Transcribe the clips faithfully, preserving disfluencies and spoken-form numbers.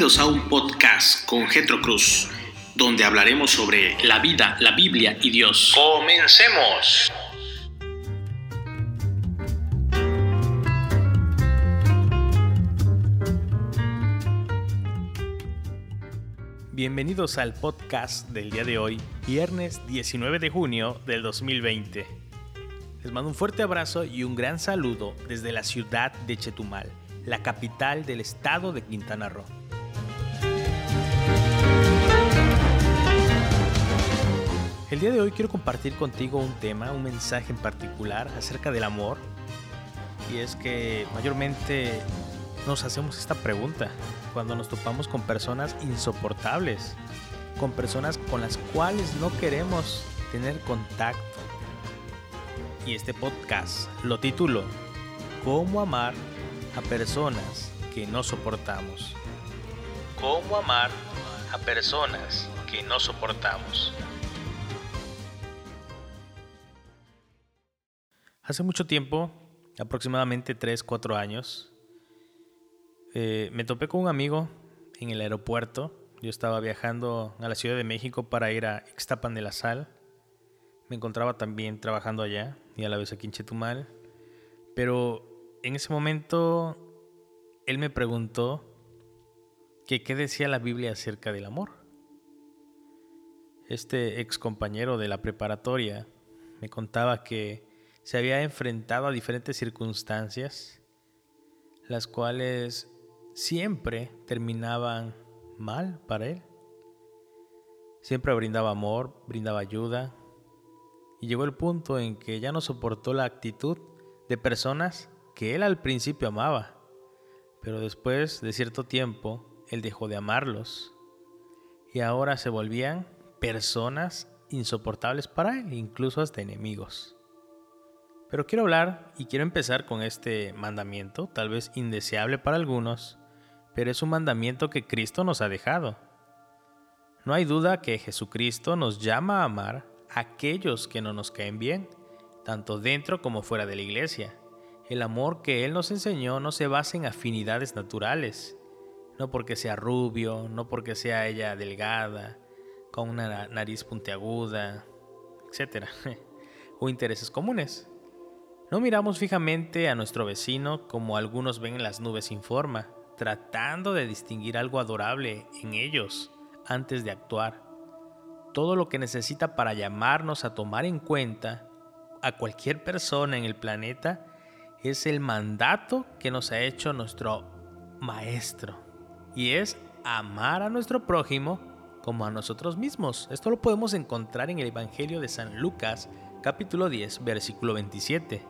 Bienvenidos a un podcast con Getro Cruz, donde hablaremos sobre la vida, la Biblia y Dios. ¡Comencemos! Bienvenidos al podcast del día de hoy, viernes diecinueve de junio del dos mil veinte. Les mando un fuerte abrazo y un gran saludo desde la ciudad de Chetumal, la capital del estado de Quintana Roo. El día de hoy quiero compartir contigo un tema, un mensaje en particular acerca del amor. Y es que mayormente nos hacemos esta pregunta cuando nos topamos con personas insoportables, con personas con las cuales no queremos tener contacto. Y este podcast lo titulo ¿Cómo amar a personas que no soportamos? ¿Cómo amar a personas que no soportamos? Hace mucho tiempo, aproximadamente tres, cuatro años, eh, me topé con un amigo en el aeropuerto. Yo estaba viajando a la Ciudad de México para ir a Ixtapan de la Sal. Me encontraba también trabajando allá y a la vez aquí en Chetumal. Pero en ese momento él me preguntó que qué decía la Biblia acerca del amor. Este ex compañero de la preparatoria me contaba que se había enfrentado a diferentes circunstancias, las cuales siempre terminaban mal para él. Siempre brindaba amor, brindaba ayuda, y llegó el punto en que ya no soportó la actitud de personas que él al principio amaba, pero después de cierto tiempo él dejó de amarlos y ahora se volvían personas insoportables para él, incluso hasta enemigos. Pero quiero hablar y quiero empezar con este mandamiento, tal vez indeseable para algunos, pero es un mandamiento que Cristo nos ha dejado. No hay duda que Jesucristo nos llama a amar a aquellos que no nos caen bien, tanto dentro como fuera de la iglesia. El amor que Él nos enseñó no se basa en afinidades naturales, no porque sea rubio, no porque sea ella delgada, con una nariz puntiaguda, etcétera, o intereses comunes. No miramos fijamente a nuestro vecino como algunos ven en las nubes sin forma, tratando de distinguir algo adorable en ellos antes de actuar. Todo lo que necesita para llamarnos a tomar en cuenta a cualquier persona en el planeta es el mandato que nos ha hecho nuestro maestro, y es amar a nuestro prójimo como a nosotros mismos. Esto lo podemos encontrar en el Evangelio de San Lucas, capítulo diez, versículo veintisiete.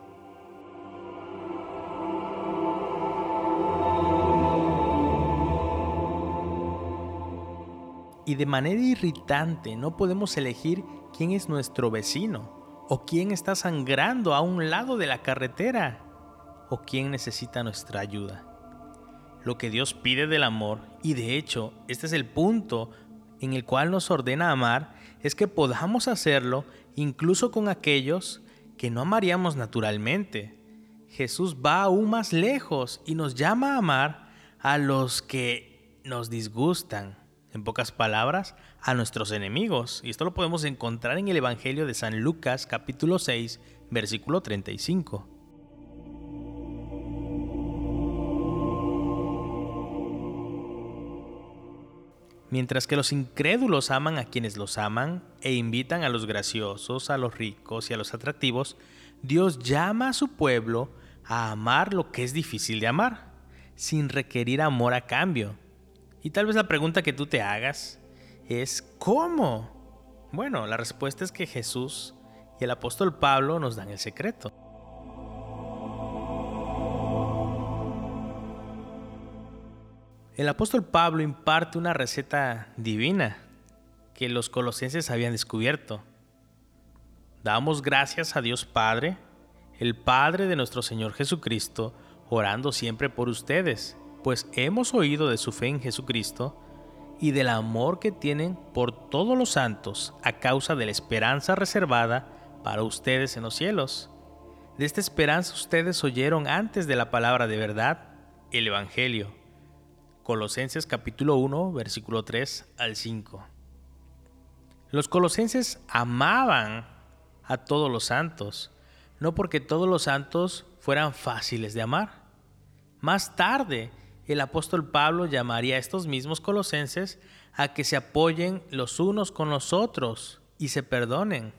Y de manera irritante no podemos elegir quién es nuestro vecino, o quién está sangrando a un lado de la carretera, o quién necesita nuestra ayuda. Lo que Dios pide del amor, y de hecho este es el punto en el cual nos ordena amar, es que podamos hacerlo incluso con aquellos que no amaríamos naturalmente. Jesús va aún más lejos y nos llama a amar a los que nos disgustan. En pocas palabras, a nuestros enemigos. Y esto lo podemos encontrar en el Evangelio de San Lucas, capítulo seis, versículo treinta y cinco. Mientras que los incrédulos aman a quienes los aman e invitan a los graciosos, a los ricos y a los atractivos, Dios llama a su pueblo a amar lo que es difícil de amar, sin requerir amor a cambio. Y tal vez la pregunta que tú te hagas es ¿cómo? Bueno, la respuesta es que Jesús y el apóstol Pablo nos dan el secreto. El apóstol Pablo imparte una receta divina que los colosenses habían descubierto. Damos gracias a Dios Padre, el Padre de nuestro Señor Jesucristo, orando siempre por ustedes, pues hemos oído de su fe en Jesucristo y del amor que tienen por todos los santos a causa de la esperanza reservada para ustedes en los cielos. De esta esperanza ustedes oyeron antes de la palabra de verdad, el Evangelio. Colosenses capítulo uno, versículo tres al cinco. Los colosenses amaban a todos los santos, no porque todos los santos fueran fáciles de amar. Más tarde, el apóstol Pablo llamaría a estos mismos colosenses a que se apoyen los unos con los otros y se perdonen.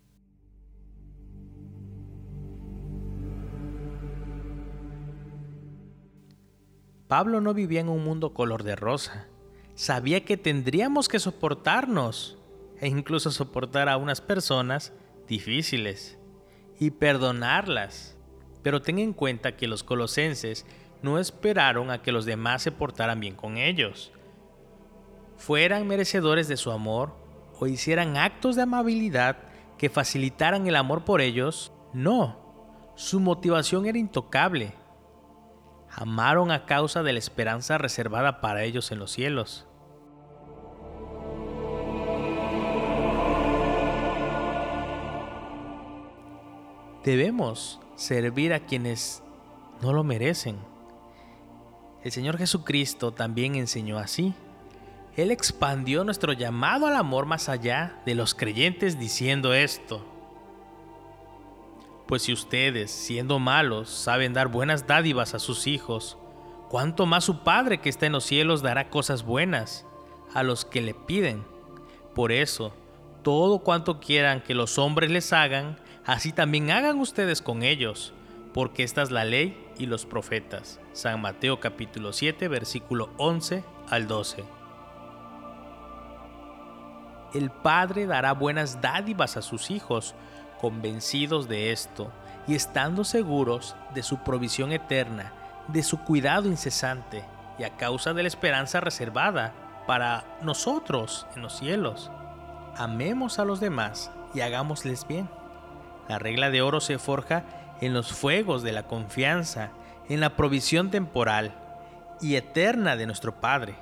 Pablo no vivía en un mundo color de rosa. Sabía que tendríamos que soportarnos e incluso soportar a unas personas difíciles y perdonarlas. Pero ten en cuenta que los colosenses no esperaron a que los demás se portaran bien con ellos, fueran merecedores de su amor o hicieran actos de amabilidad que facilitaran el amor por ellos. No, su motivación era intocable. Amaron a causa de la esperanza reservada para ellos en los cielos. Debemos servir a quienes no lo merecen. El Señor Jesucristo también enseñó así. Él expandió nuestro llamado al amor más allá de los creyentes diciendo esto: pues si ustedes, siendo malos, saben dar buenas dádivas a sus hijos, ¿cuánto más su Padre que está en los cielos dará cosas buenas a los que le piden? Por eso, todo cuanto quieran que los hombres les hagan, así también hagan ustedes con ellos, porque esta es la ley y los profetas. San Mateo capítulo siete, versículo once al doce. El Padre dará buenas dádivas a sus hijos, convencidos de esto y estando seguros de su provisión eterna, de su cuidado incesante y a causa de la esperanza reservada para nosotros en los cielos. Amemos a los demás y hagámosles bien. La regla de oro se forja en los fuegos de la confianza, en la provisión temporal y eterna de nuestro Padre.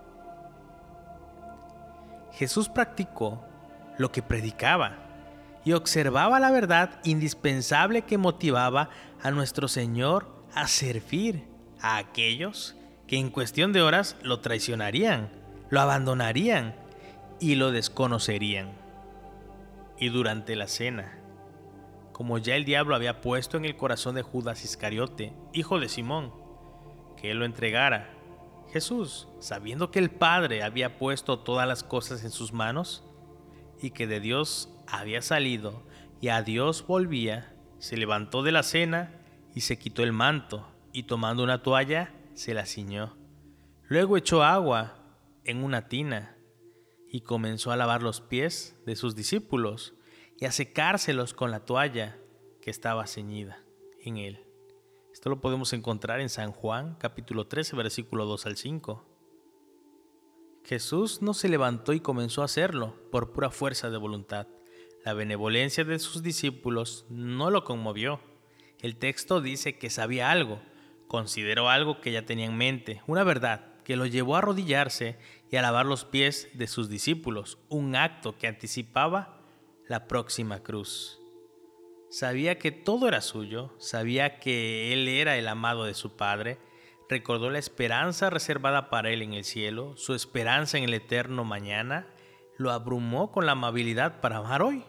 Jesús practicó lo que predicaba y observaba la verdad indispensable que motivaba a nuestro Señor a servir a aquellos que en cuestión de horas lo traicionarían, lo abandonarían y lo desconocerían. Y durante la cena, como ya el diablo había puesto en el corazón de Judas Iscariote, hijo de Simón, que él lo entregara, Jesús, sabiendo que el Padre había puesto todas las cosas en sus manos y que de Dios había salido y a Dios volvía, se levantó de la cena y se quitó el manto y tomando una toalla se la ciñó. Luego echó agua en una tina y comenzó a lavar los pies de sus discípulos y a secárselos con la toalla que estaba ceñida en él. Esto lo podemos encontrar en San Juan, capítulo trece, versículo dos al cinco. Jesús no se levantó y comenzó a hacerlo por pura fuerza de voluntad. La benevolencia de sus discípulos no lo conmovió. El texto dice que sabía algo, consideró algo que ya tenía en mente, una verdad que lo llevó a arrodillarse y a lavar los pies de sus discípulos, un acto que anticipaba la próxima cruz. Sabía que todo era suyo, sabía que él era el amado de su Padre, recordó la esperanza reservada para él en el cielo, su esperanza en el eterno mañana, lo abrumó con la amabilidad para amar hoy.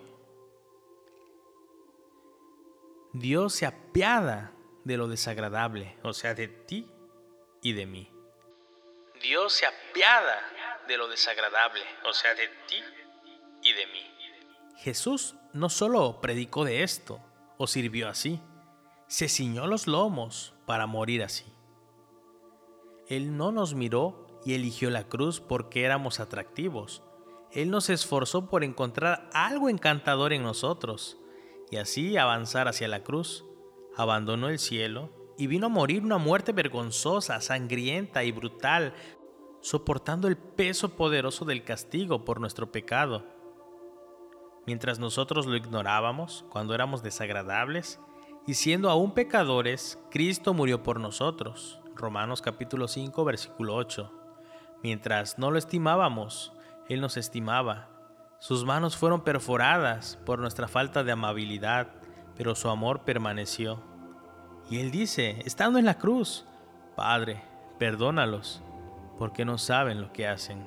Dios se apiada de lo desagradable, o sea, de ti y de mí. Dios se apiada de lo desagradable, o sea, de ti y de mí. Jesús no solo predicó de esto o sirvió así, se ciñó los lomos para morir así. Él no nos miró y eligió la cruz porque éramos atractivos. Él nos esforzó por encontrar algo encantador en nosotros y así avanzar hacia la cruz. Abandonó el cielo y vino a morir una muerte vergonzosa, sangrienta y brutal, soportando el peso poderoso del castigo por nuestro pecado. Mientras nosotros lo ignorábamos, cuando éramos desagradables, y siendo aún pecadores, Cristo murió por nosotros. Romanos capítulo cinco, versículo ocho. Mientras no lo estimábamos, Él nos estimaba. Sus manos fueron perforadas por nuestra falta de amabilidad, pero su amor permaneció. Y Él dice, estando en la cruz, Padre, perdónalos. porque no saben lo que hacen.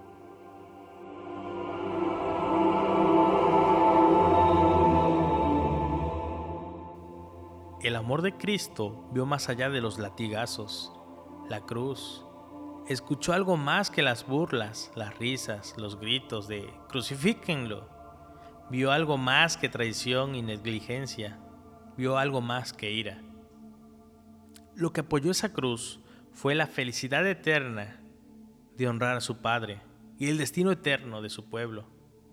El amor de Cristo vio más allá de los latigazos, la cruz. Escuchó algo más que las burlas, las risas, los gritos de «crucifíquenlo». Vio algo más que traición y negligencia. Vio algo más que ira. Lo que apoyó esa cruz fue la felicidad eterna de honrar a su Padre y el destino eterno de su pueblo.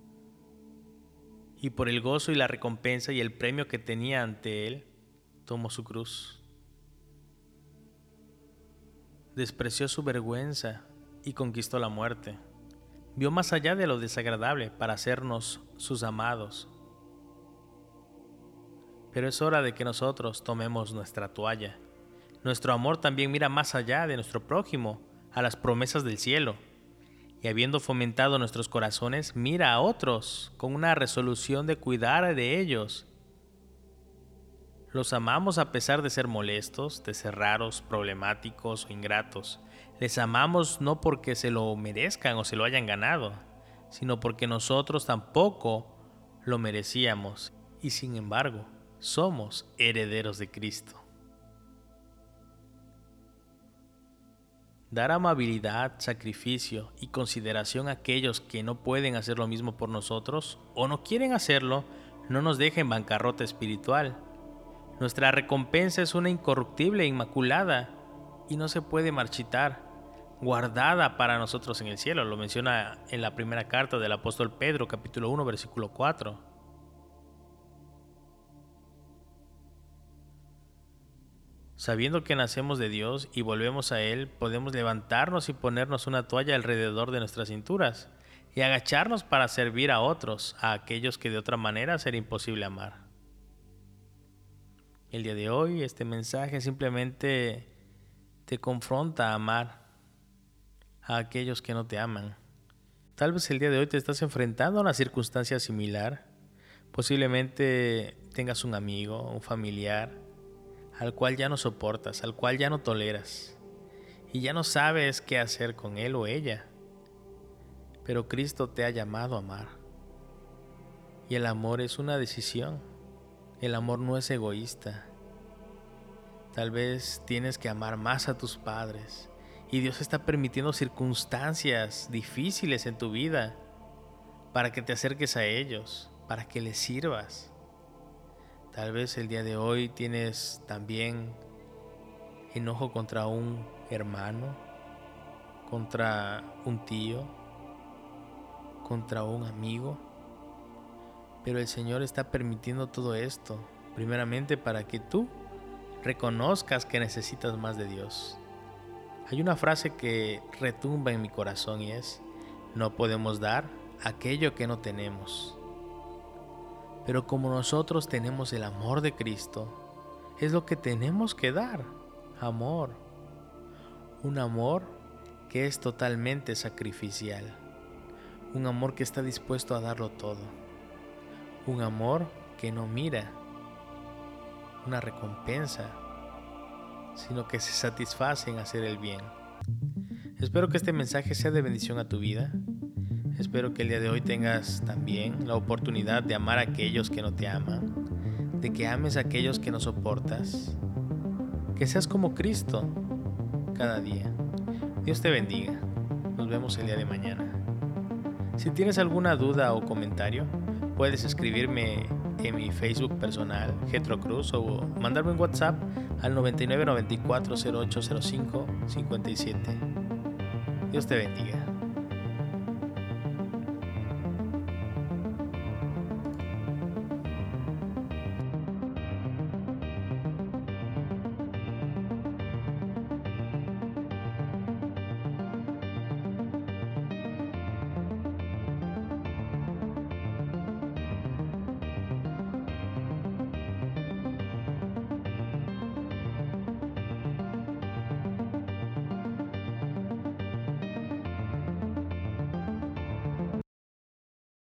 Y por el gozo y la recompensa y el premio que tenía ante él, tomó su cruz. Despreció su vergüenza y conquistó la muerte. Vio más allá de lo desagradable para hacernos sus amados. Pero es hora de que nosotros tomemos nuestra toalla. Nuestro amor también mira más allá de nuestro prójimo, a las promesas del cielo. Y habiendo fomentado nuestros corazones, mira a otros con una resolución de cuidar de ellos. Los amamos a pesar de ser molestos, de ser raros, problemáticos o ingratos. Les amamos no porque se lo merezcan o se lo hayan ganado, sino porque nosotros tampoco lo merecíamos y sin embargo somos herederos de Cristo. Dar amabilidad, sacrificio y consideración a aquellos que no pueden hacer lo mismo por nosotros o no quieren hacerlo no nos deja en bancarrota espiritual. Nuestra recompensa es una incorruptible e inmaculada y no se puede marchitar, guardada para nosotros en el cielo. Lo menciona en la primera carta del apóstol Pedro, capítulo uno, versículo cuatro. Sabiendo que nacemos de Dios y volvemos a Él, podemos levantarnos y ponernos una toalla alrededor de nuestras cinturas y agacharnos para servir a otros, a aquellos que de otra manera sería imposible amar. El día de hoy este mensaje simplemente te confronta a amar a aquellos que no te aman. Tal vez el día de hoy te estás enfrentando a una circunstancia similar. Posiblemente tengas un amigo, un familiar, al cual ya no soportas, al cual ya no toleras y ya no sabes qué hacer con él o ella. Pero Cristo te ha llamado a amar. Y el amor es una decisión. El amor no es egoísta. Tal vez tienes que amar más a tus padres y Dios está permitiendo circunstancias difíciles en tu vida para que te acerques a ellos, para que les sirvas. Tal vez el día de hoy tienes también enojo contra un hermano, contra un tío, contra un amigo. Pero el Señor está permitiendo todo esto, primeramente para que tú reconozcas que necesitas más de Dios. Hay una frase que retumba en mi corazón y es: no podemos dar aquello que no tenemos. Pero como nosotros tenemos el amor de Cristo, es lo que tenemos que dar, amor. Un amor que es totalmente sacrificial. Un amor que está dispuesto a darlo todo. Un amor que no mira una recompensa, sino que se satisface en hacer el bien. Espero que este mensaje sea de bendición a tu vida. Espero que el día de hoy tengas también la oportunidad de amar a aquellos que no te aman, de que ames a aquellos que no soportas, que seas como Cristo cada día. Dios te bendiga. Nos vemos el día de mañana. Si tienes alguna duda o comentario, puedes escribirme en mi Facebook personal, Getro Cruz, o mandarme un WhatsApp al noventa y nueve, noventa y cuatro, cero ocho cero cinco, cincuenta y siete. Dios te bendiga.